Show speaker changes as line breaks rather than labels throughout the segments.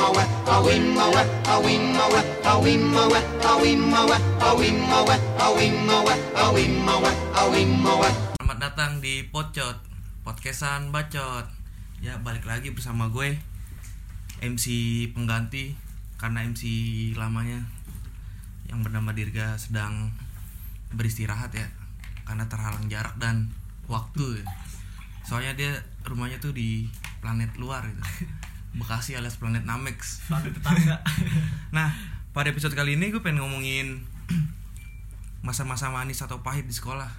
Selamat datang di Podcastan Bacot. Ya, balik lagi bersama gue MC pengganti karena MC lamanya yang bernama Dirga sedang beristirahat ya, karena terhalang jarak dan waktu ya. Soalnya dia rumahnya tuh di planet luar gitu. Bekasi alias planet Namex,
planet tetangga.
Nah, pada episode kali ini gue pengen ngomongin masa-masa manis atau pahit di sekolah.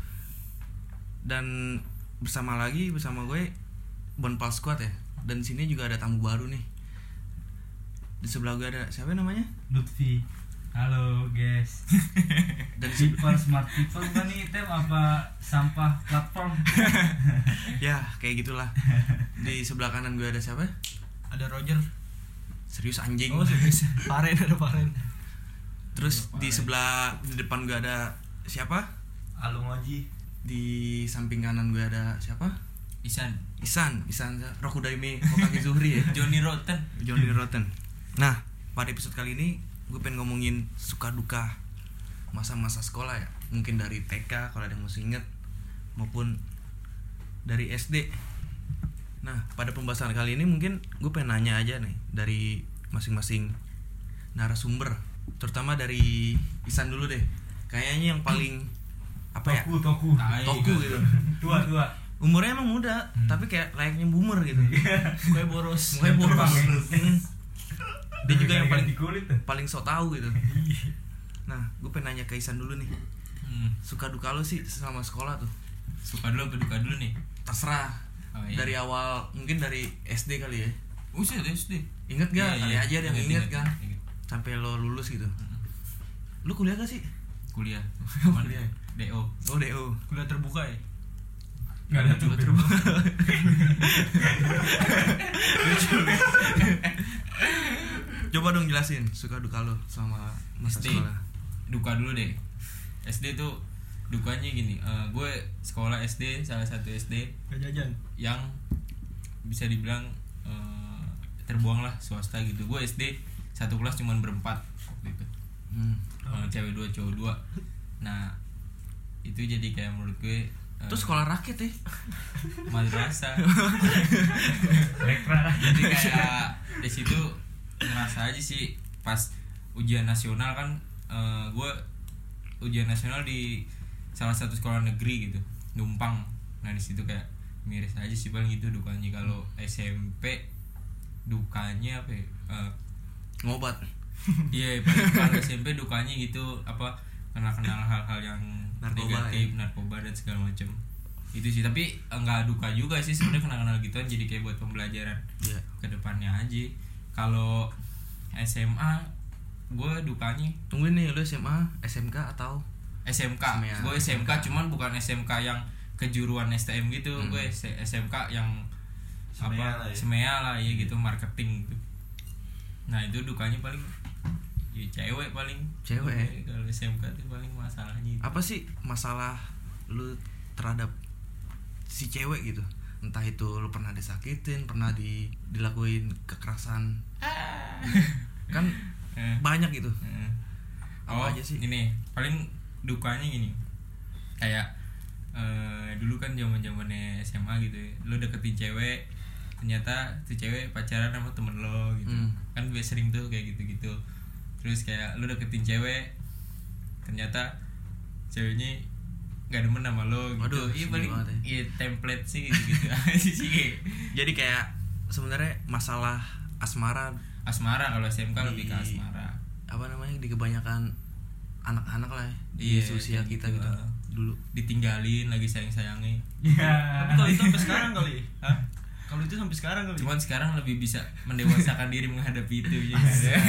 Dan bersama gue Bonpal Squad ya. Dan di sini juga ada tamu baru nih. Di sebelah gue ada siapa namanya?
Lutfi. Halo guys.
Dan
smart people kan nih tem apa sampah platform?
Ya kayak gitulah. Di sebelah kanan gue ada siapa?
Ada Roger.
Serius anjing.
Oh serius. Paren.
Terus di depan gue ada siapa?
Alung Oji.
Di samping kanan gue ada siapa?
Isan
Rokudaime Hokage Zuhri ya.
Johnny Rotten.
Nah, pada episode kali ini gue pengen ngomongin suka duka masa-masa sekolah ya. Mungkin dari TK kalau ada yang masih inget, maupun dari SD. Nah, pada pembahasan kali ini mungkin gue pengen nanya aja nih dari masing-masing narasumber, terutama dari Isan dulu deh. Kayaknya yang paling
Toku
gitu.
Tua.
Umurnya emang muda, tapi kayak layaknya boomer gitu.
Mukanya boros.
Dia juga yang paling so tau gitu. Nah, gue pengen nanya ke Isan dulu nih. Suka duka lo sih selama sekolah tuh?
Suka dulu apa duka dulu nih?
Terserah. Iya. Dari awal, mungkin dari SD kali ya.
Usia SD.
Ingat gak? Kali aja ada yang inget kan.
Ingat.
Sampai lo lulus gitu. Lu kuliah gak sih?
Kuliah.
Kuliah.
DO.
Oh, DO.
Kuliah terbuka ya?
Gak ada
Kuliah terbuka. Coba dong jelasin suka duka lo sama masa
SD.
sekolah.
Duka dulu deh. SD tuh dukanya gini, gue sekolah SD, salah satu SD
Gak jajan
yang bisa dibilang terbuang lah, swasta gitu. Gue SD satu kelas cuman berempat gitu. Cewek 2 cowok 2. Nah itu jadi kayak menurut gue
Itu sekolah rakyat ya?
madrasah.
rekra.
Jadi kayak di situ ngerasa aja sih pas ujian nasional kan, gue ujian nasional di salah satu sekolah negeri gitu, numpang. Nah di situ kayak miris aja sih paling gitu dukanya. Kalau SMP dukanya apa ya?
Ngobat.
Iya, paling kalau SMP dukanya gitu apa, kenal hal-hal yang negatif, narkoba dan segala macam. Itu sih, tapi enggak duka juga sih sebenarnya kenal gituan, jadi kayak buat pembelajaran ke depannya aja. Kalau SMA gue dukanya,
Tungguin nih, lu SMA, SMK atau
SMK. Gue SMK cuman bukan SMK yang kejuruan STM gitu. Gue SMK yang semea lah ya gitu, marketing gitu. Nah itu dukanya paling ya cewek kalau SMK tuh paling masalahnya itu.
Apa sih masalah lu terhadap si cewek gitu? Entah itu lu pernah disakitin, pernah dilakuin kekerasan, kan banyak gitu. Apa aja sih?
Ini paling dukanya gini, kayak dulu kan zaman-zamannya SMA gitu ya, lu deketin cewek, ternyata tuh cewek pacaran sama temen lo gitu. Kan biasa sering tuh kayak gitu-gitu. Terus kayak lu deketin cewek, ternyata ceweknya gak demen sama lo gitu.
Waduh,
iya paling iya template sih gitu aja sih.
Jadi kayak sebenarnya masalah asmara
kalau SMK lebih ke asmara.
Apa namanya, di kebanyakan anak-anak lah ya,
iya,
di usia kita gitu. Dulu
ditinggalin lagi sayang-sayangnya.
Tapi
kalau itu sampai sekarang kali. Hah?
Kalau itu sampai sekarang kali.
Cuman sekarang lebih bisa mendewasakan diri menghadapi itu ya.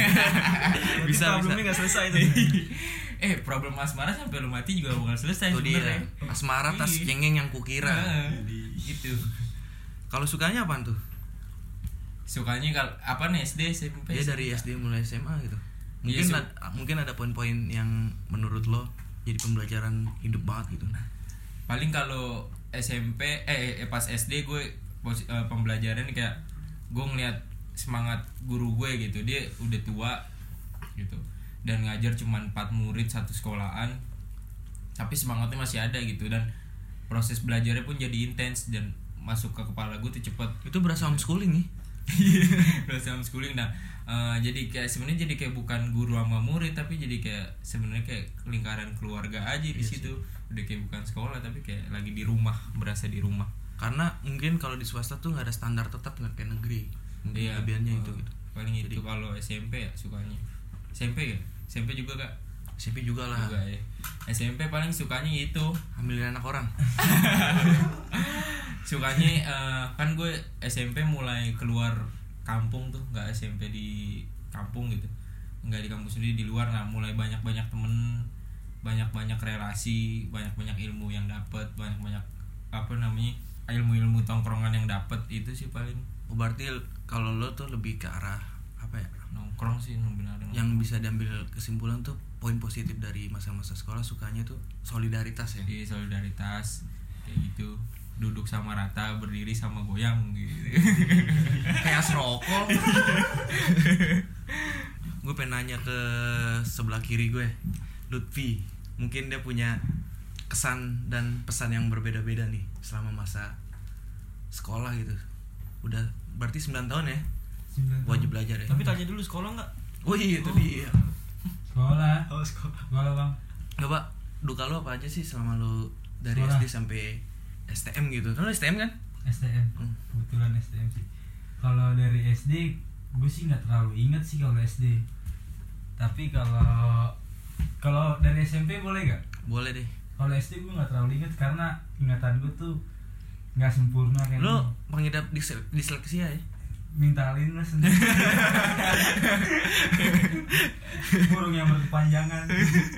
bisa
problemnya nggak selesai itu.
Problem asmara sampai lu mati juga bakal selesai sebenarnya.
Asmara tas cengeng yang kukira.
Gitu.
Kalau sukanya apaan tuh?
Sukanya kalau apa nih SD SMP?
Dia dari SD mulai SMA gitu. Mungkin ada poin-poin yang menurut lo jadi pembelajaran hidup banget gitu.
Paling kalau SMP pas SD gue pembelajaran kayak gue ngeliat semangat guru gue gitu, dia udah tua gitu dan ngajar cuma 4 murid satu sekolahan, tapi semangatnya masih ada gitu, dan proses belajarnya pun jadi intens dan masuk ke kepala gue tuh cepet.
Itu berasa homeschooling nih.
Berasa homeschooling. Nah jadi kayak sebenarnya jadi kayak bukan guru sama murid, tapi jadi kayak sebenarnya kayak lingkaran keluarga aja di situ. Udah kayak bukan sekolah tapi kayak lagi di rumah, berasa di rumah.
Karena mungkin kalau di swasta tuh nggak ada standar tetap, nggak kayak negeri. Mungkin kelebihannya itu gitu.
Paling itu kalau SMP ya sukanya. SMP ya? SMP juga Kak?
SMP juga lah.
Juga ya. SMP paling sukanya itu
ambilin anak orang.
Sukanya kan gue SMP mulai keluar kampung tuh, nggak SMP di kampung gitu, nggak di kampung sendiri, di luar. Nah mulai banyak temen, banyak relasi, banyak ilmu yang dapat, banyak apa namanya ilmu tongkrongan yang dapat. Itu sih paling.
Berarti kalau lo tuh lebih ke arah apa ya,
nongkrong sih benar.
Yang bisa diambil kesimpulan tuh poin positif dari masa-masa sekolah sukanya tuh solidaritas ya.
Iya, solidaritas kayak gitu, duduk sama rata, berdiri sama goyang gitu.
Kayak serokol. Gue pengen nanya ke sebelah kiri gue, Lutfi. Mungkin dia punya kesan dan pesan yang berbeda-beda nih selama masa sekolah gitu. Udah berarti 9 tahun ya?
9 tahun.
Wajib belajar ya?
Tapi tanya dulu sekolah nggak?
Oh iya itu dia.
Sekolah.
Sekolah
Bang.
Nggak Pak, duka lo apa aja sih selama lo dari
Sekolah.
SD sampai STM gitu? Kan lo STM kan?
STM. Kebetulan STM sih. Kalau dari SD gue sih nggak terlalu inget sih kalau SD. Tapi kalau dari SMP boleh gak?
Boleh deh.
Kalau SD gue nggak terlalu inget karena ingatan gue tuh nggak sempurna kayak
Lo pengidap disleksia ya?
mintalin lah sendiri. Burung yang berkepanjangan.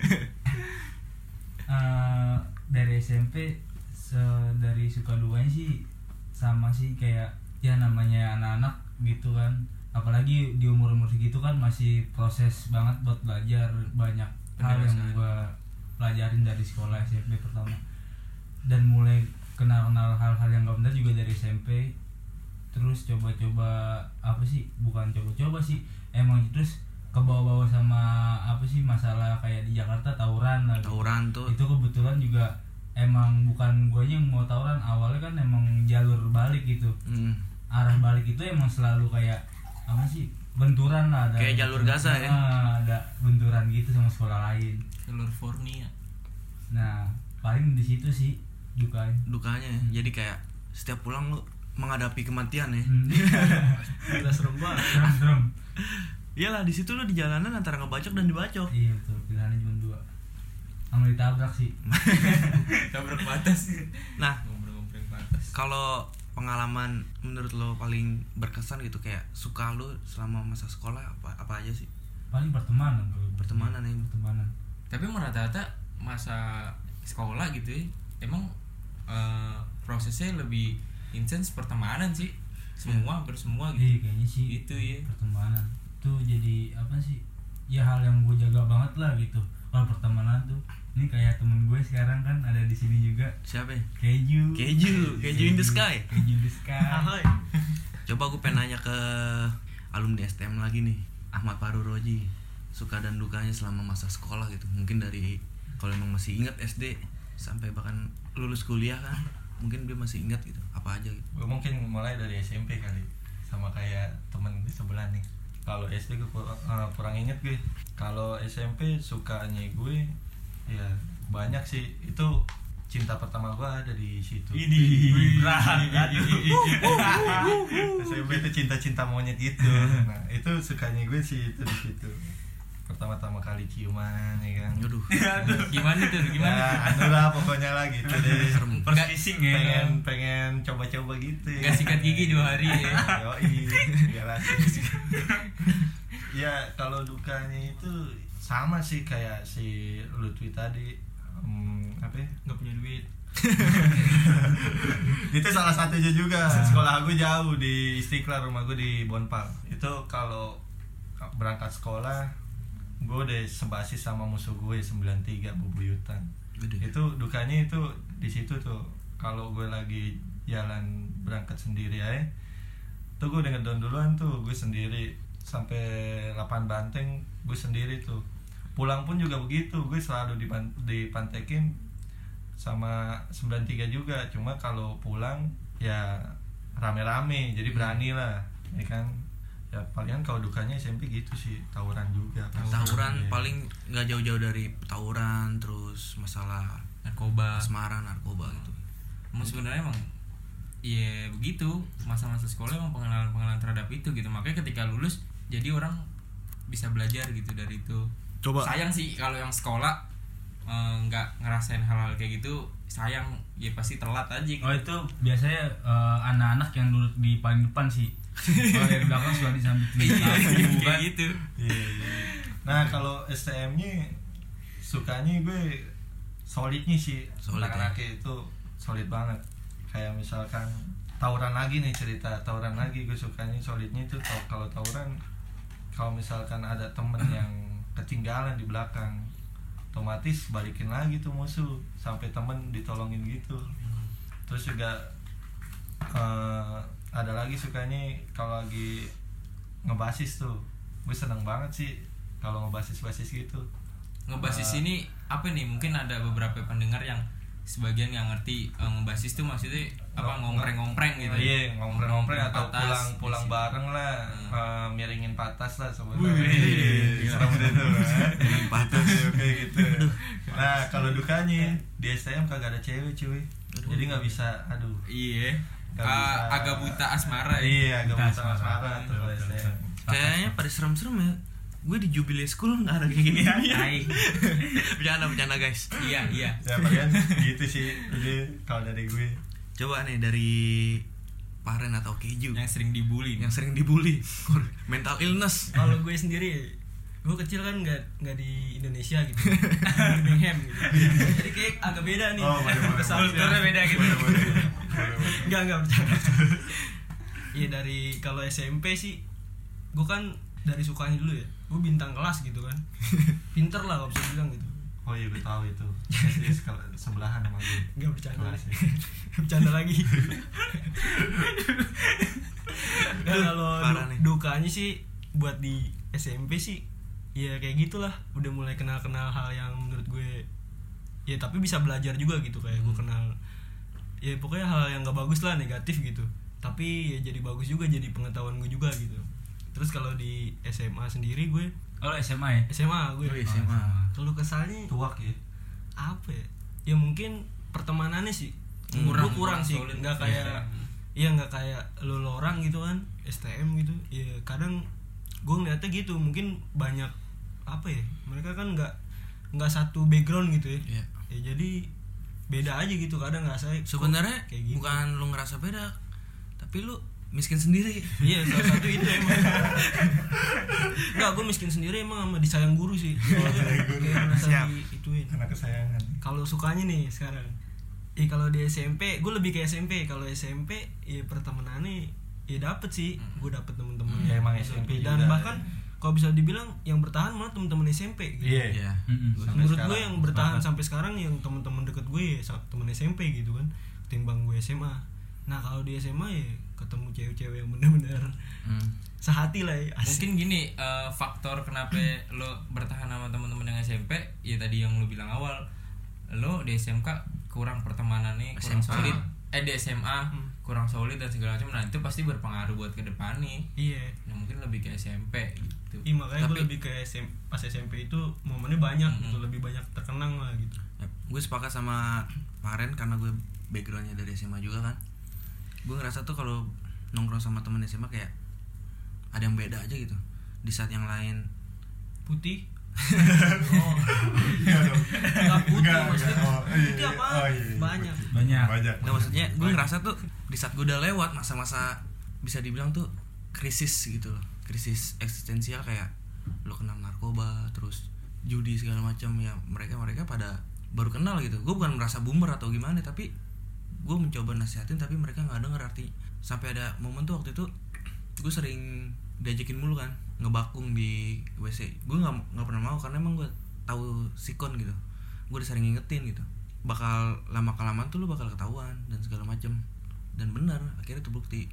Dari SMP dari suka duanya sih sama sih, kayak ya namanya anak-anak gitu kan, apalagi di umur segitu kan masih proses banget buat belajar. Banyak hal yang gue pelajarin dari sekolah SMP pertama, dan mulai kenal hal-hal yang gak benar juga dari SMP. Terus coba-coba apa sih, bukan coba-coba sih, emang terus ke bawah-bawah sama apa sih masalah kayak di Jakarta tawuran lah gitu.
Tawuran tuh
Itu kebetulan juga emang bukan gue yang mau tawuran, awalnya kan emang jalur balik gitu. Arah balik itu emang selalu kayak apa sih, benturan lah, ada
kayak jalur Gaza ya.
Ada benturan gitu sama sekolah lain.
Jalur Fornia.
Nah paling di situ sih
dukanya ya. Jadi kayak setiap pulang lo menghadapi kematian ya.
Gila serem banget.
Serem.
Iyalah di situ lo di jalanan antara ngebacok dan dibacok.
Iya betul, pilihannya cuma 2. Sama ditabrak sih.
Tabrak batas.
Nah,
Ngobrol-ngobrol batas.
kalau pengalaman menurut lo paling berkesan gitu, kayak suka lo selama masa sekolah apa aja sih?
Paling pertemanan bro.
Pertemanan ya.
Pertemanan.
Tapi rata-rata masa sekolah gitu ya, emang prosesnya lebih intens pertemanan sih, hampir semua gitu.
Iya kayaknya sih
Itu ya.
pertemanan tuh jadi apa sih ya, hal yang gue jaga banget lah gitu. Kalau pertemanan tuh, ini kayak temen gue sekarang kan ada di sini juga,
Siapa ya?
Keju
in the sky.
Keju in the sky.
Ahoy.
Coba gue pengen nanya ke alumni STM lagi nih, Ahmad Faru Roji. Suka dan dukanya selama masa sekolah gitu. Mungkin dari kalau emang masih ingat SD sampai bahkan lulus kuliah kan, mungkin dia masih ingat gitu. Apa aja gitu.
Gue mungkin mulai dari SMP kali, sama kayak temen di sebelah nih. Kalau SD gue kurang inget gue. Kalau SMP sukanya gue ya banyak sih. Itu cinta pertama gue ada di situ. SMP itu cinta monyet gitu. Nah itu sukanya gue sih itu di situ. Pertama-tama kali ciuman ya kan.
Aduh.
Gimana tuh?
Ya, anu lah pokoknya lah gitu deh.
First kissing ya.
Pengen coba-coba gitu.
Nggak sikat gigi 2 hari ya.
Yoi, iyalah. Ya kalau dukanya itu sama sih kayak si Lutfi tadi. Apa ya?
Nggak punya duit.
Itu salah satunya juga. Sekolah aku jauh di Istiqlal, rumah gue di Bonpal. Itu kalau berangkat sekolah gue udah sebasis sama musuh gue 93 bubuyutan. Itu dukanya itu di situ tuh. Kalau gue lagi jalan berangkat sendiri aja, tuh gue udah ngedown duluan tuh, gue sendiri sampai 8 banteng gue sendiri tuh. Pulang pun juga begitu, gue selalu dipantekin sama 93 juga. Cuma kalau pulang ya rame-rame, jadi berani lah, ya kan. Ya palingan kalau dukanya SMP gitu sih, tawuran juga.
Tawuran
Iya.
paling nggak jauh-jauh dari tawuran, terus masalah
narkoba.
asmara, narkoba gitu.
Emang sebenarnya emang ya begitu, masa-masa sekolah emang pengenalan terhadap itu gitu. Makanya ketika lulus jadi orang bisa belajar gitu dari itu.
Coba.
Sayang sih kalau yang sekolah nggak ngerasain hal-hal kayak gitu, sayang ya pasti telat aja gitu.
Oh itu biasanya anak-anak yang duduk di paling depan sih. Kalau dari belakang suka disambit
Kayak gitu.
Iya. Nah kalau STM-nya sukanya gue solidnya sih,
Solid,
anak-anaknya itu solid banget. Kayak misalkan tawuran lagi nih, cerita tawuran lagi, gue sukanya solidnya itu kalau tawuran, kalau misalkan ada temen yang ketinggalan di belakang, otomatis balikin lagi tuh musuh sampai temen ditolongin gitu. Terus juga ada lagi sukanya kalau lagi ngebasis tuh, gue seneng banget sih kalau ngebasis gitu.
Ngebasis ini apa nih? Mungkin ada beberapa pendengar yang sebagian nggak ngerti ngebasis tuh maksudnya apa, ngompreng-ngompreng gitu.
Iya, ngompreng atau
Patas,
pulang
isi.
bareng lah, miringin patas lah
Wih,
sebenarnya. Serem deh tuh.
Miringin patas.
Kayak gitu. Nah, kalau dukanya di STM kagak ada cewek, cuy. Jadi nggak bisa, aduh.
Iya.
Nggak bisa.
Agak buta asmara ya.
Iya, agak
Buta
buta
asmara.
asmara tuh kalau STM.
Kayaknya pada serem-serem ya. Gue di Jubilee School nggak ada kayak gini.
Tai.
Bercanda guys.
Iya.
Ya palingan gitu sih. Jadi kalau dari gue,
Coba nih dari Paren atau Keju
Yang sering dibully.
yang sering dibully, mental illness.
Kalau gue sendiri, gue kecil kan nggak di Indonesia gitu, di Birmingham gitu. Jadi kayak agak beda nih.
boleh.
Kulturnya beda gitu.
Boleh.
Enggak bercanda. Iya, dari kalau SMP sih, gue kan dari sukanya dulu ya. Gue bintang kelas gitu kan. Pinter lah kalau bisa bilang gitu.
Oh iya, gue tahu itu. SD sebelahan sama gue.
Enggak bercanda.
Kelasnya.
Bercanda lagi. Nah, kalau
Parah nih.
dukanya sih buat di SMP sih ya kayak gitulah, udah mulai kenal hal yang menurut gue ya, tapi bisa belajar juga gitu. Kayak gue kenal ya pokoknya hal yang gak bagus lah, negatif gitu, tapi ya jadi bagus juga, jadi pengetahuan gue juga gitu. Terus kalau di SMA sendiri gue
Kalau SMA ya?
SMA gue
Oh, SMA.
kalau kesalnya
Tuak ya.
apa ya, ya mungkin pertemanannya sih kurang sih,
solid.
nggak kayak iya nggak kayak lo orang gitu kan STM gitu ya. Kadang gue ngeliatnya gitu, mungkin banyak apa ya, mereka kan nggak satu background gitu ya.
Iya.
Ya jadi beda aja gitu kadang ngerasa
Sebenarnya
kayak gitu.
bukan lu ngerasa beda, tapi lu miskin sendiri.
Iya, salah satu itu emang. Enggak, gue miskin sendiri emang sama disayang guru sih. Kayak merasa
Siap.
diituin.
Anak kesayangan.
Kalau sukanya nih sekarang, kalau di SMP gue lebih ke SMP. Kalau SMP ya pertemanannya ya dapet sih, gue dapet temen-temen.
Ya, emang
Gitu.
SMP
Dan
juga.
bahkan kalau bisa dibilang yang bertahan malah temen-temen SMP gitu.
Iya.
Iya.
Sampai
Menurut gue
sekarang.
yang bertahan sampai sekarang yang temen-temen deket gue ya temen SMP gitu kan, ketimbang gue SMA. Nah kalau di SMA ya ketemu cewek-cewek yang benar-benar sehati lah ya. Asik.
Mungkin gini, faktor kenapa lo bertahan sama teman-teman yang SMP ya tadi yang lo bilang awal, lo di SMK kurang pertemanannya, kurang
SMA.
solid. Di SMA kurang solid dan segala macam. Nah itu pasti berpengaruh buat ke depan nih.
Iya.
Ya mungkin lebih ke SMP gitu.
Iya, makanya gue
Tapi-
lebih ke pas SMP itu momennya banyak gitu, lebih banyak terkenang lah gitu.
Ya, gue sepakat sama Paren karena gue backgroundnya dari SMA juga kan. Gue ngerasa tuh kalau nongkrong sama temen SMA kayak ada yang beda aja gitu. Di saat yang lain
Putih. Oh. Enggak putih maksudnya. Putih apa? Banyak.
Banyak.
nggak, maksudnya gue ngerasa tuh di saat gue udah lewat masa-masa bisa dibilang tuh krisis gitu loh, krisis eksistensial, kayak lo kenal narkoba terus judi segala macam ya. mereka pada baru kenal gitu. Gue bukan merasa boomer atau gimana, tapi gue mencoba nasihatin tapi mereka nggak denger arti. Sampai ada momen tuh waktu itu gue sering diajakin mulu kan ngebakung di WC. Gue nggak pernah mau karena emang gue tahu sikon gitu. Gue udah sering ngingetin gitu, bakal lama kelamaan tuh lu bakal ketahuan dan segala macem. Dan benar akhirnya terbukti.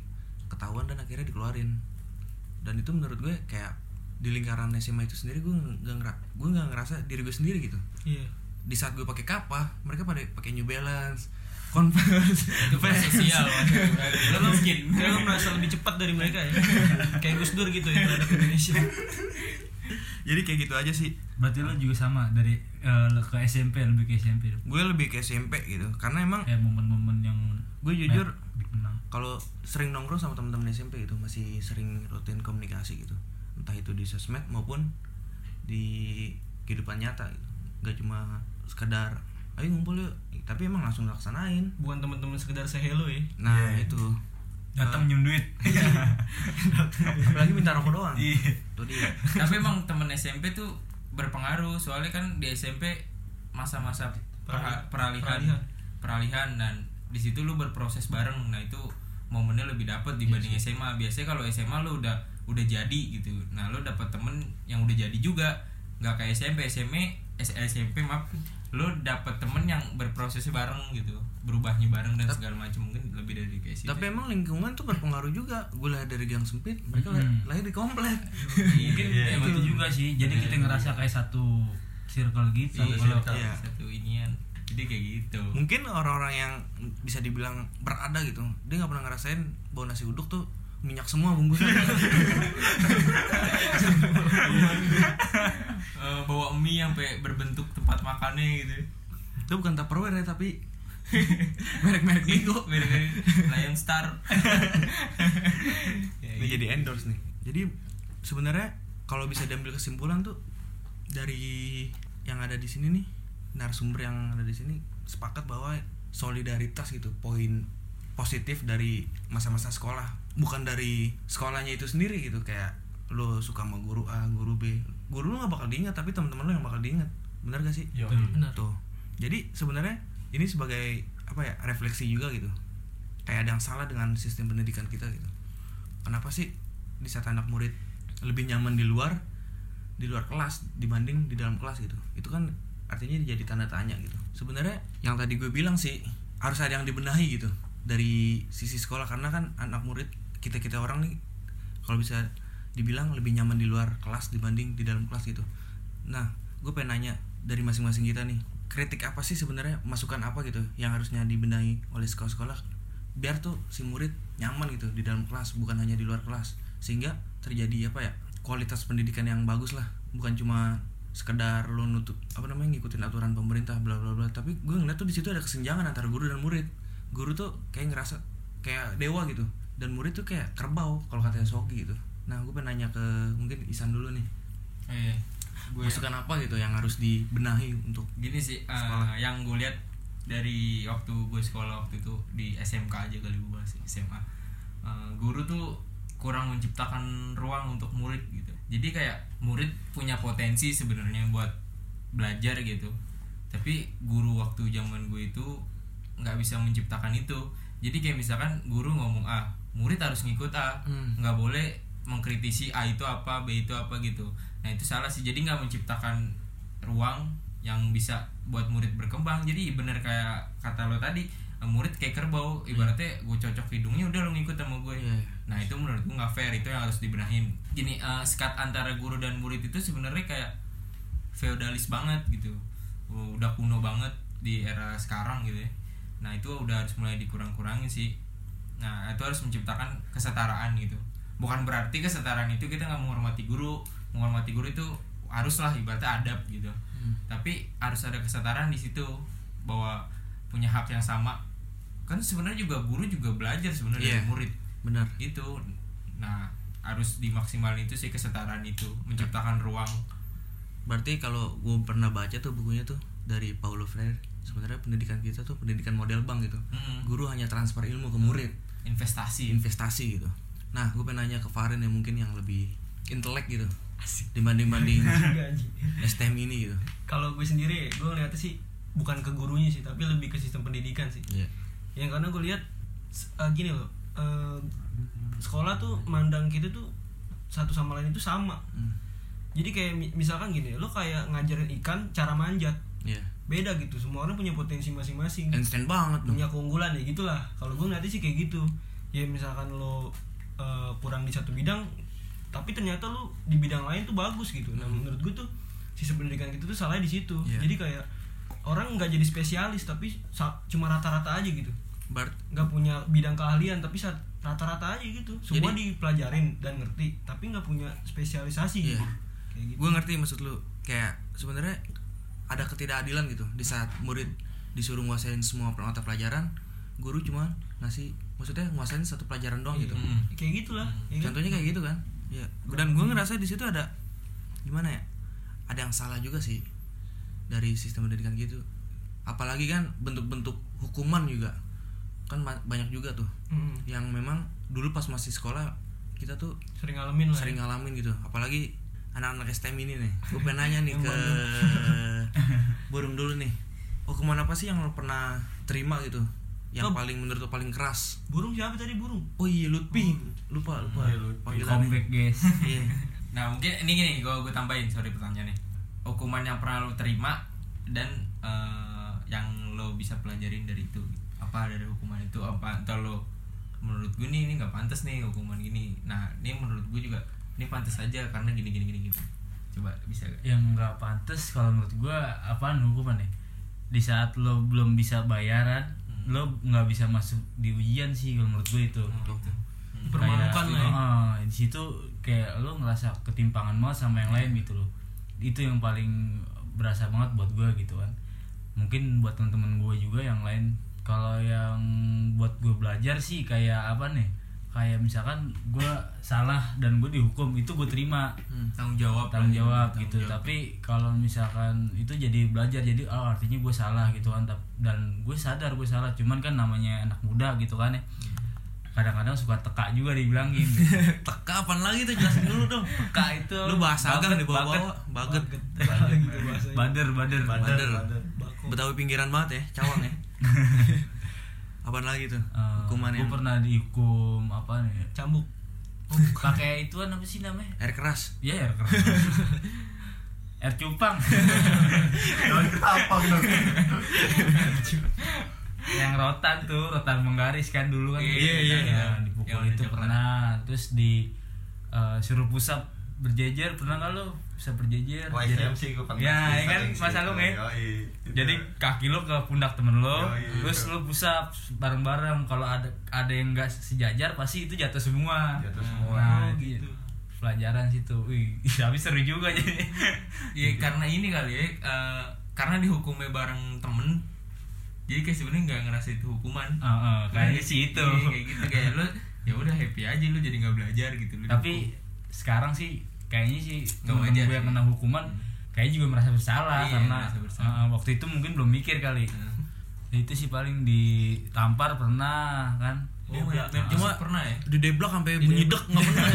ketahuan dan akhirnya dikeluarin. Dan itu menurut gue kayak di lingkaran SMA itu sendiri gue nggak ngerasa diri gue sendiri gitu.
Iya.
Di saat gue pakai Kappa, mereka pada pakai New Balance, Converse.
Itu sosial lo mungkin
Lo merasa lebih cepat dari mereka ya. Kayak Gus Dur gitu ya terhadap Indonesia.
Jadi kayak gitu aja sih.
Berarti lo juga sama dari ke SMP, lebih ke SMP.
Gue lebih ke SMP gitu, karena emang
Kayak momen-momen yang
gue jujur
dikenang.
kalau sering nongkrong sama teman-teman SMP gitu masih sering rutin komunikasi gitu, entah itu di sosmed maupun di kehidupan nyata gitu. Gak cuma sekedar ayo ngumpul yuk, tapi emang langsung laksanain.
Bukan teman-teman sekedar say hello ya.
Nah itu
Datang minjem duit.
apalagi minta rokok doang.
Iya.
Tuh dia.
tapi emang temen SMP tuh berpengaruh, soalnya kan di SMP masa-masa peralihan dan di situ lu berproses bareng. Nah itu momennya lebih dapet dibanding SMA. Biasanya kalau SMA lu udah jadi gitu, nah lu dapet temen yang udah jadi juga, nggak kayak SMP maaf, lu dapet temen yang berprosesnya bareng gitu, berubahnya bareng dan segala macam, mungkin lebih dari kayak situ.
Tapi emang lingkungan tuh berpengaruh juga. Gue lahir dari gang sempit, mereka lahir di komplek.
mungkin
Emang itu juga sih. Jadi kita ngerasa kayak satu circle gitu. Kalau
Iya.
satu inian, jadi kayak gitu.
Mungkin orang-orang yang bisa dibilang berada gitu, dia nggak pernah ngerasain bahwa nasi uduk tuh minyak semua bungkusan.
Bawa mie sampai berbentuk tempat makannya gitu.
Itu bukan Tupperware ya, tapi merek-merek bego.
Lion Star.
Ini jadi endorse nih. Jadi sebenarnya kalau bisa diambil kesimpulan tuh dari yang ada di sini nih, narasumber yang ada di sini sepakat bahwa solidaritas gitu poin positif dari masa-masa sekolah, bukan dari sekolahnya itu sendiri gitu. Kayak lo suka sama guru A, guru B, guru lo nggak bakal diingat, tapi teman-teman lo yang bakal diingat. Benar gak sih?
Benar.
Tuh. Jadi sebenarnya ini sebagai apa ya, refleksi juga gitu. Kayak ada yang salah dengan sistem pendidikan kita gitu. Kenapa sih di saat anak murid lebih nyaman di luar kelas dibanding di dalam kelas gitu? Itu kan artinya jadi tanda tanya gitu. Sebenarnya yang tadi gue bilang sih harus ada yang dibenahi gitu dari sisi sekolah, karena kan anak murid kita orang nih kalau bisa dibilang lebih nyaman di luar kelas dibanding di dalam kelas gitu. Nah, gue pengen nanya dari masing-masing kita nih, kritik apa sih sebenarnya, masukan apa gitu yang harusnya dibenahi oleh sekolah-sekolah biar tuh si murid nyaman gitu di dalam kelas, bukan hanya di luar kelas, sehingga terjadi apa ya, kualitas pendidikan yang bagus lah, bukan cuma sekedar lo ngikutin aturan pemerintah bla bla bla. Tapi gue ngeliat tuh di situ ada kesenjangan antara guru dan murid. Guru tuh kayak ngerasa kayak dewa gitu, dan murid tuh kayak kerbau kalau katanya Sogi gitu. Nah, gue pengen nanya ke mungkin Isan dulu nih. Masukan apa gitu yang harus dibenahi untuk
gini sih, yang gue lihat dari waktu gue sekolah waktu itu di SMK aja kali gue bahas SMA, guru tuh kurang menciptakan ruang untuk murid gitu. Jadi kayak murid punya potensi sebenarnya buat belajar gitu, tapi guru waktu zaman gue itu nggak bisa menciptakan itu. Jadi kayak misalkan guru ngomong A, murid harus ngikut A, nggak boleh mengkritisi A itu apa, B itu apa gitu. Nah itu salah sih, jadi nggak menciptakan ruang yang bisa buat murid berkembang. Jadi bener kayak kata lo tadi, murid kayak kerbau, ibaratnya gue cocok hidungnya udah lo ngikut sama gue. Nah itu menurut gue nggak fair, itu yang harus dibenahin. Gini, sekat antara guru dan murid itu sebenarnya kayak feodalis banget gitu, udah kuno banget di era sekarang gitu ya. Nah itu udah harus mulai dikurang-kurangin sih. Nah itu harus menciptakan kesetaraan gitu. Bukan berarti kesetaraan itu kita nggak menghormati guru. Menghormati guru itu haruslah ibaratnya adab gitu. Tapi harus ada kesetaraan di situ, bahwa punya hak yang sama. Kan sebenarnya juga guru juga belajar sebenarnya dari murid.
Benar.
Itu. Nah harus dimaksimalin itu sih, kesetaraan itu, menciptakan ruang.
Berarti kalau gue pernah baca tuh bukunya tuh dari Paulo Freire, sebenarnya pendidikan kita tuh pendidikan model bank gitu. Guru hanya transfer ilmu ke murid, investasi gitu. Nah, gue pengen nanya ke Farin yang mungkin yang lebih intelek gitu dibanding STM ini gitu.
Kalau gue sendiri, gue ngeliatnya sih bukan ke gurunya sih, tapi lebih ke sistem pendidikan sih. Yang karena gue lihat gini loh, sekolah tuh mandang kita tuh satu sama lain itu sama. Jadi kayak misalkan gini, lo kayak ngajarin ikan cara manjat, beda gitu. Semua orang punya potensi masing-masing,
Einstein banget
punya keunggulan ya gitulah. Kalau gue ngeliatnya sih kayak gitu. Ya misalkan lo kurang di satu bidang tapi ternyata lu di bidang lain tuh bagus gitu. Nah menurut gue tuh sistem pendidikan kita tuh salahnya di situ. Jadi kayak orang nggak jadi spesialis tapi cuma rata-rata aja gitu, nggak punya bidang keahlian tapi rata-rata aja gitu, semua jadi, dipelajarin dan ngerti tapi nggak punya spesialisasi gitu. Kayak gitu.
Gue ngerti maksud lu, kayak sebenarnya ada ketidakadilan gitu di saat murid disuruh nguasain semua mata pelajaran, guru cuma maksudnya nguasain satu pelajaran doang gitu.
Kayak gitulah.
Contohnya kayak gitu kan. Ya. Dan gue ngerasa di situ ada gimana ya? Ada yang salah juga sih dari sistem pendidikan gitu. Apalagi kan bentuk-bentuk hukuman juga kan banyak juga tuh. Yang memang dulu pas masih sekolah kita tuh sering ngalamin gitu. Apalagi anak-anak STM ini nih. Gue pengen nanya nih ke Burung dulu nih. Hukuman apa sih yang lo pernah terima gitu? Yang paling menurut lo paling keras?
Burung siapa tadi Burung?
Oh iya Lutfi. Lupa.
Comeback guys.
Iya.
Nah mungkin ini gini, gue tambahin, sorry pertanyaannya. Hukuman yang pernah lo terima dan yang lo bisa pelajarin dari itu, apa dari hukuman itu, apa entah lo menurut gue ini nggak pantas nih hukuman gini. Nah ini menurut gue juga ini pantas aja karena gini gitu. Coba bisa gak?
Yang nggak pantas kalau menurut gue apaan hukuman ya? Di saat lo belum bisa bayaran, lo nggak bisa masuk di ujian sih kalau menurut gue itu.
Permalukan lah ya.
Di situ kayak lo ngerasa ketimpangan banget sama yang lain gitu loh. Itu yang paling berasa banget buat gue gitu kan. Mungkin buat teman-teman gue juga yang lain. Kalau yang buat gue belajar sih kayak apa nih? Kayak misalkan gue salah dan gue dihukum, itu gue terima.
Tanggung jawab
gitu. Tapi kalau misalkan itu jadi belajar, jadi artinya gue salah gitu kan. Dan gue sadar gue salah, cuman kan namanya anak muda gitu kan ya. Kadang-kadang suka teka juga dibilangin gitu.
Teka apaan lagi tuh, jelasin dulu dong.
Teka itu
lu bahasa agang di bawah-bawah. Baget.
Bader.
Betawi pinggiran banget ya, Cawang ya. Apaan lagi tuh? Hukuman yang
gue pernah dihukum apa nih?
Cambuk.
Pakai ituan apa sih namanya?
Air keras.
Iya, air keras. Air cupang. Yang rotan menggaris kan dulu kan.
Iya.
Dipukul itu pernah. Terus di suruh push up berjejer, pernah nggak lo bisa berjejer?
SM sih gue pernah.
Ya kan masa lu nih. Jadi kaki lo ke pundak temen lo, terus lo push up bareng-bareng. Kalau ada yang nggak sejajar pasti itu jatuh semua. Nah, gitu. Pelajaran situ. Wih, tapi seru juga jadi.
Iya karena ini kali ya, karena dihukumnya bareng temen. Jadi kayak sebenarnya nggak ngerasa itu hukuman.
Kayaknya sih itu.
Kayak gitu, kayak lo ya udah happy aja, lo jadi nggak belajar gitu.
Tapi sekarang sih kayaknya sih temen gue yang kena hukuman kayaknya juga merasa bersalah. Karena waktu itu mungkin belum mikir kali. Itu sih paling ditampar pernah kan.
Cuma
pernah ya
dideblak sampai bunyi dek, nggak pernah.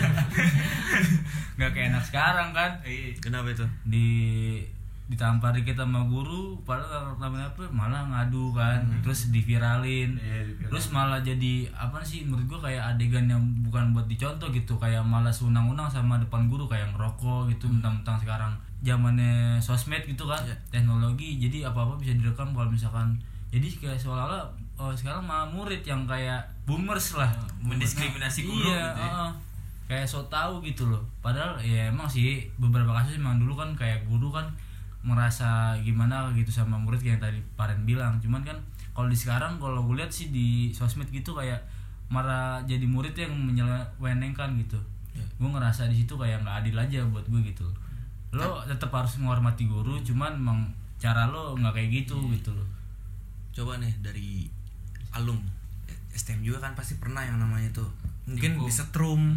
Nggak kayak enak sekarang kan.
Kenapa itu?
Ditampar dikit sama guru, padahal apa malah ngadu kan. Terus diviralin. Terus malah jadi apa sih menurut gua kayak adegan yang bukan buat dicontoh gitu, kayak malah seunang-unang sama depan guru, kayak ngerokok gitu. Mentang-mentang sekarang zamannya sosmed gitu kan, teknologi, jadi apa-apa bisa direkam kalau misalkan. Jadi kayak seolah-olah sekarang malah murid yang kayak boomers lah,
mendiskriminasi guru
gitu
ya.
Kayak so tahu gitu loh. Padahal ya emang sih beberapa kasus emang dulu kan kayak guru kan merasa gimana gitu sama murid kayak tadi Paren bilang. Cuman kan kalau di sekarang kalau gue lihat sih di sosmed gitu kayak malah jadi murid yang menyelewengkan gitu. Gue ngerasa di situ kayak nggak adil aja buat gue gitu. Lo tetap harus menghormati guru, cuman emang cara lo nggak kayak gitu gitu loh.
Coba nih dari Alung, STM juga kan pasti pernah yang namanya tuh mungkin disetrum,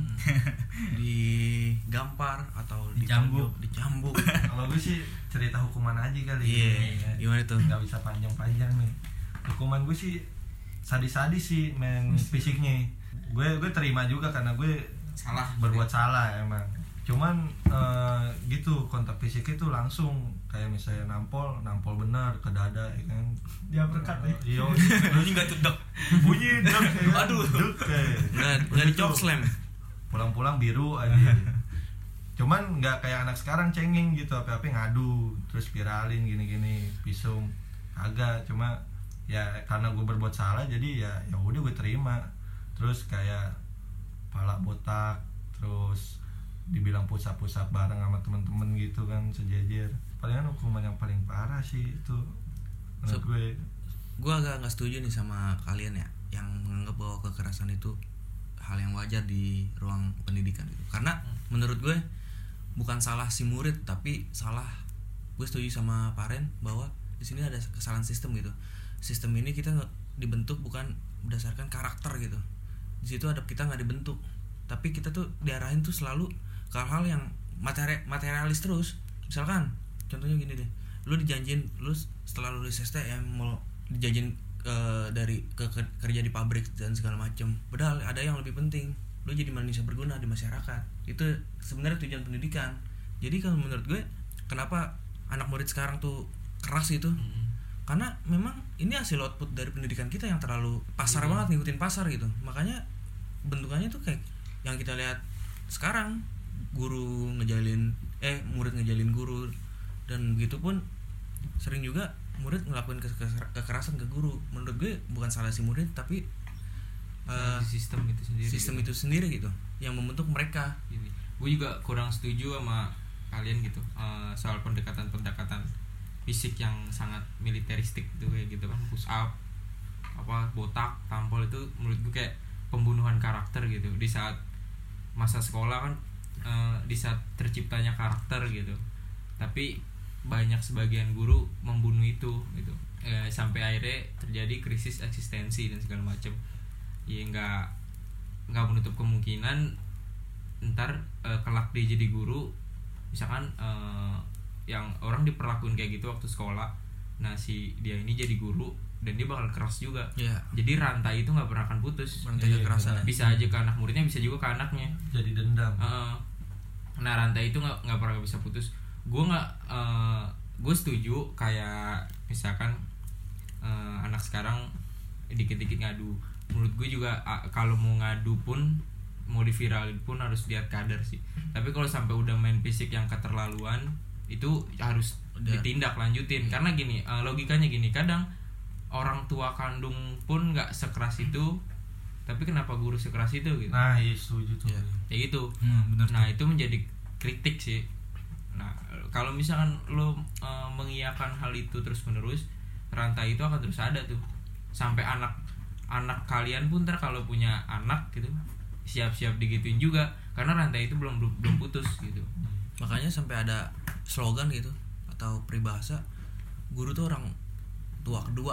digampar atau dicambuk.
Kalau gue sih cerita hukuman aja kali.
Iya. Gimana tuh?
Nggak bisa panjang-panjang nih. Hukuman gue sih sadis-sadis sih main fisiknya. Gue terima juga karena gue berbuat salah emang. Cuman gitu kontak fisiknya tuh langsung kayak misalnya nampol benar ke dada ya kan.
Dia berkat ya.
Iya.
Bunyi enggak tuh dek.
Bunyi dek.
Aduh. Enggak dicop slam.
Pulang-pulang biru aja. Cuman nggak kayak anak sekarang cengeng gitu, apa-apa ngadu terus viralin gini-gini visum. Agak cuma ya karena gue berbuat salah jadi ya udah gue terima. Terus kayak pala botak, terus dibilang pusap-pusap bareng sama temen-temen gitu kan sejajar. Palingan hukuman yang paling parah sih itu menurut
gue agak nggak setuju nih sama kalian ya yang menganggap bahwa kekerasan itu hal yang wajar di ruang pendidikan gitu. Karena menurut gue bukan salah si murid tapi salah, gue setuju sama Paren bahwa di sini ada kesalahan sistem gitu. Sistem ini kita dibentuk bukan berdasarkan karakter gitu. Di situ ada kita nggak dibentuk, tapi kita tuh diarahin tuh selalu ke hal yang materialis terus. Misalkan contohnya gini deh, lu dijanjin lu setelah lulus STM mau dijanjin dari kerja di pabrik dan segala macam. Padahal ada yang lebih penting, lu jadi manusia berguna di masyarakat. Itu sebenarnya tujuan pendidikan. Jadi kalau menurut gue kenapa anak murid sekarang tuh keras itu, karena memang ini hasil output dari pendidikan kita yang terlalu pasar banget, ngikutin pasar gitu. Makanya bentukannya tuh kayak yang kita lihat sekarang, guru ngejalin murid ngejalin guru, dan begitu pun sering juga murid ngelakuin kekerasan ke guru. Menurut gue bukan salah si murid tapi
sistem itu sendiri
gitu yang membentuk mereka.
Gue juga kurang setuju sama kalian gitu soal pendekatan fisik yang sangat militeristik gitu kayak gitu kan, push up, botak, tampol, itu menurut gue kayak pembunuhan karakter gitu di saat masa sekolah kan, di saat terciptanya karakter gitu. Tapi banyak sebagian guru membunuh itu gitu, sampai akhirnya terjadi krisis eksistensi dan segala macam. Ya nggak menutup kemungkinan ntar kelak dia jadi guru, misalkan yang orang diperlakuin kayak gitu waktu sekolah, nah si dia ini jadi guru dan dia bakal keras juga. Jadi rantai itu nggak pernah akan putus,
rantai kekerasan
bisa aja ke anak muridnya, bisa juga ke anaknya,
jadi dendam.
Nah rantai itu nggak pernah bisa putus. Gue setuju kayak misalkan anak sekarang dikit-dikit ngadu. Menurut gue juga kalau mau ngadu pun, mau diviralin pun harus lihat kadar sih. Tapi kalau sampai udah main fisik yang keterlaluan, itu harus ditindak lanjutin. Karena gini, logikanya gini, kadang orang tua kandung pun nggak sekeras itu, tapi kenapa guru sekeras itu gitu.
Nah iya setuju tuh
kayak gitu.
Bener.
Nah itu menjadi kritik sih. Nah kalau misalkan lo mengiyakan hal itu terus menerus, rantai itu akan terus ada tuh sampai anak kalian pun ntar kalau punya anak gitu siap-siap digituin juga, karena rantai itu belum putus gitu.
Makanya sampai ada slogan gitu atau peribahasa, guru tuh orang tua kedua.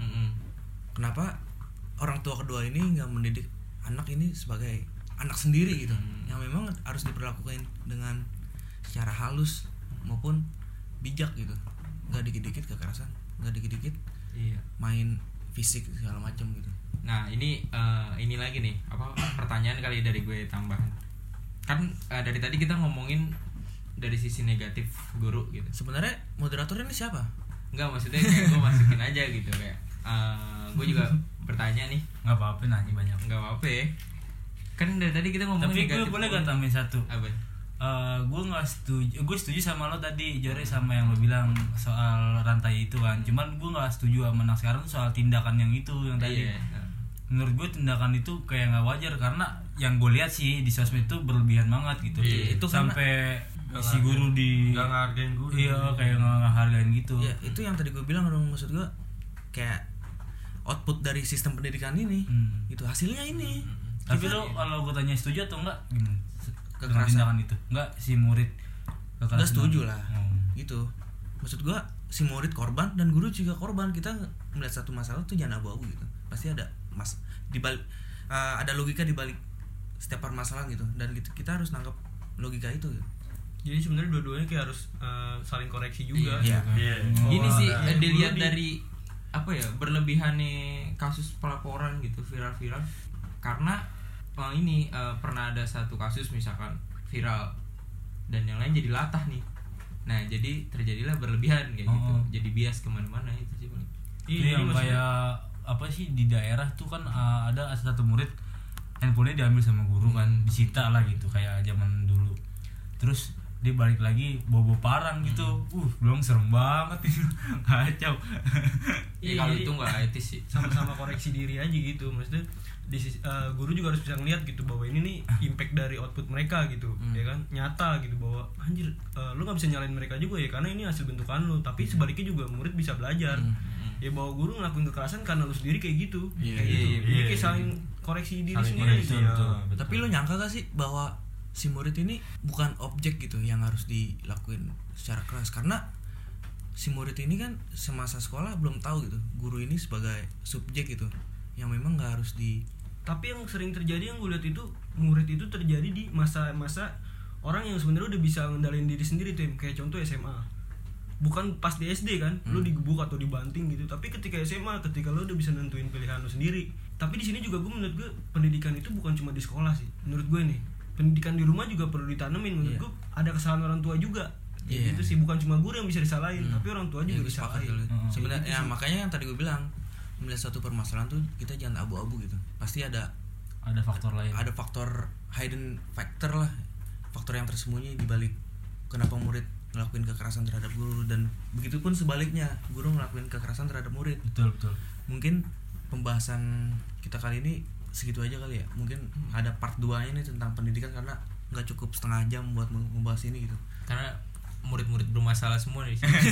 Kenapa orang tua kedua ini nggak mendidik anak ini sebagai anak sendiri gitu, yang memang harus diperlakukan dengan secara halus maupun bijak gitu, nggak dikit-dikit kekerasan, nggak dikit-dikit main fisik segala macam gitu.
Nah ini lagi nih pertanyaan kali dari gue tambahan kan, dari tadi kita ngomongin dari sisi negatif guru gitu.
Sebenarnya moderator ini siapa?
Enggak, maksudnya kayak gue masukin aja gitu kayak gue juga bertanya nih.
Nggak apa-apa nanya banyak.
Nggak apa-apa ya. Kan dari tadi kita ngomongin
tapi
negatif.
Tapi gue boleh gak tambahin satu?
Apa?
Gue setuju sama lo tadi Jore, sama yang lo bilang soal rantai itu kan. Cuman gue nggak setuju sama anak sekarang soal tindakan yang itu yang tadi. Menurut gue tindakan itu kayak nggak wajar, karena yang gue lihat sih di sosmed itu berlebihan banget gitu.
Itu
sampai si guru
nggak ngehargain guru.
Iya kayak nggak ngehargain gitu.
Ya itu yang tadi gue bilang dong, maksud gue kayak output dari sistem pendidikan ini itu hasilnya ini.
Tapi lo kalau gue tanya setuju atau enggak gimana?
Kekerasan
tindakan itu enggak si murid
enggak setuju lah. Gitu. Maksud gua si murid korban dan guru juga korban. Kita melihat satu masalah tuh jangan abu-abu gitu. Pasti ada ada logika di balik setiap permasalahan gitu, dan kita harus nangkep logika itu gitu.
Jadi sebenarnya dua-duanya kayak harus saling koreksi juga.
Iya.
Gini sih dilihat dari berlebihannya kasus pelaporan gitu, viral-viral. Karena pernah ada satu kasus misalkan viral dan yang lain jadi latah nih. Nah jadi terjadilah berlebihan kayak gitu, jadi bias kemana-mana itu sih.
Iya yang kayak apa sih di daerah tuh kan ada satu murid handphonenya diambil sama guru kan, disita lah gitu kayak zaman dulu. Terus dia balik lagi bobo parang gitu. Belum serem banget itu. Kacau.
Kalau itu nggak etis sih.
Sama-sama koreksi diri aja gitu. Maksudnya guru juga harus bisa ngeliat gitu bahwa ini nih impact dari output mereka gitu, ya kan, nyata gitu bahwa anjir, lu nggak bisa nyalain mereka juga ya karena ini hasil bentukan lu, tapi sebaliknya juga murid bisa belajar. Ya bahwa guru ngelakuin kekerasan karena lu sendiri kayak gitu, jadi kayak saling koreksi diri sendiri.
Tapi lu nyangka gak sih bahwa si murid ini bukan objek gitu yang harus dilakuin secara keras, karena si murid ini kan semasa sekolah belum tahu gitu guru ini sebagai subjek gitu yang memang nggak harus di.
Tapi yang sering terjadi yang gue lihat itu murid itu terjadi di masa-masa orang yang sebenarnya udah bisa ngendalin diri sendiri tuh, kayak contoh SMA. Bukan pas di SD kan, lu digebuk atau dibanting gitu. Tapi ketika SMA, ketika lu udah bisa nentuin pilihan lu sendiri. Tapi di sini juga menurut gue pendidikan itu bukan cuma di sekolah sih. Menurut gue nih, pendidikan di rumah juga perlu ditanemin. Menurut gue ada kesalahan orang tua juga. Gitu sih, bukan cuma guru yang bisa disalahin, tapi orang tua juga disalahin.
Sebenarnya makanya yang tadi gue bilang, melihat suatu permasalahan tuh kita jangan abu-abu gitu. Pasti ada
faktor lain.
Ada faktor hidden factor lah. Faktor yang tersembunyi di balik kenapa murid ngelakuin kekerasan terhadap guru, dan begitupun sebaliknya guru ngelakuin kekerasan terhadap murid.
Betul.
Mungkin pembahasan kita kali ini segitu aja kali ya. Mungkin ada part 2-nya nih tentang pendidikan karena nggak cukup setengah jam buat membahas ini gitu.
Karena murid-murid bermasalah semua di sini.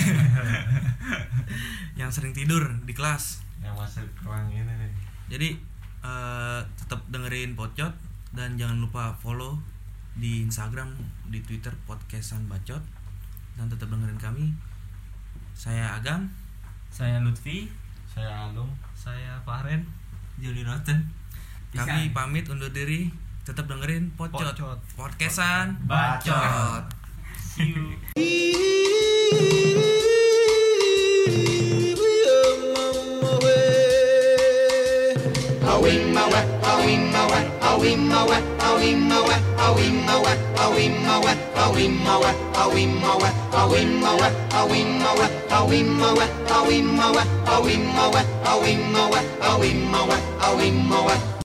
Yang sering tidur di kelas.
Yang masuk ruang ini nih.
Jadi tetap dengerin Pocot dan jangan lupa follow di Instagram, di Twitter Podcastan Bacot, dan tetap dengerin kami. Saya Agam,
Saya Lutfi,
Saya Alung,
Saya Fahren,
Juli Roten.
kami pamit undur diri. Tetap dengerin Pocot, Podcastan
Bacot.
see you.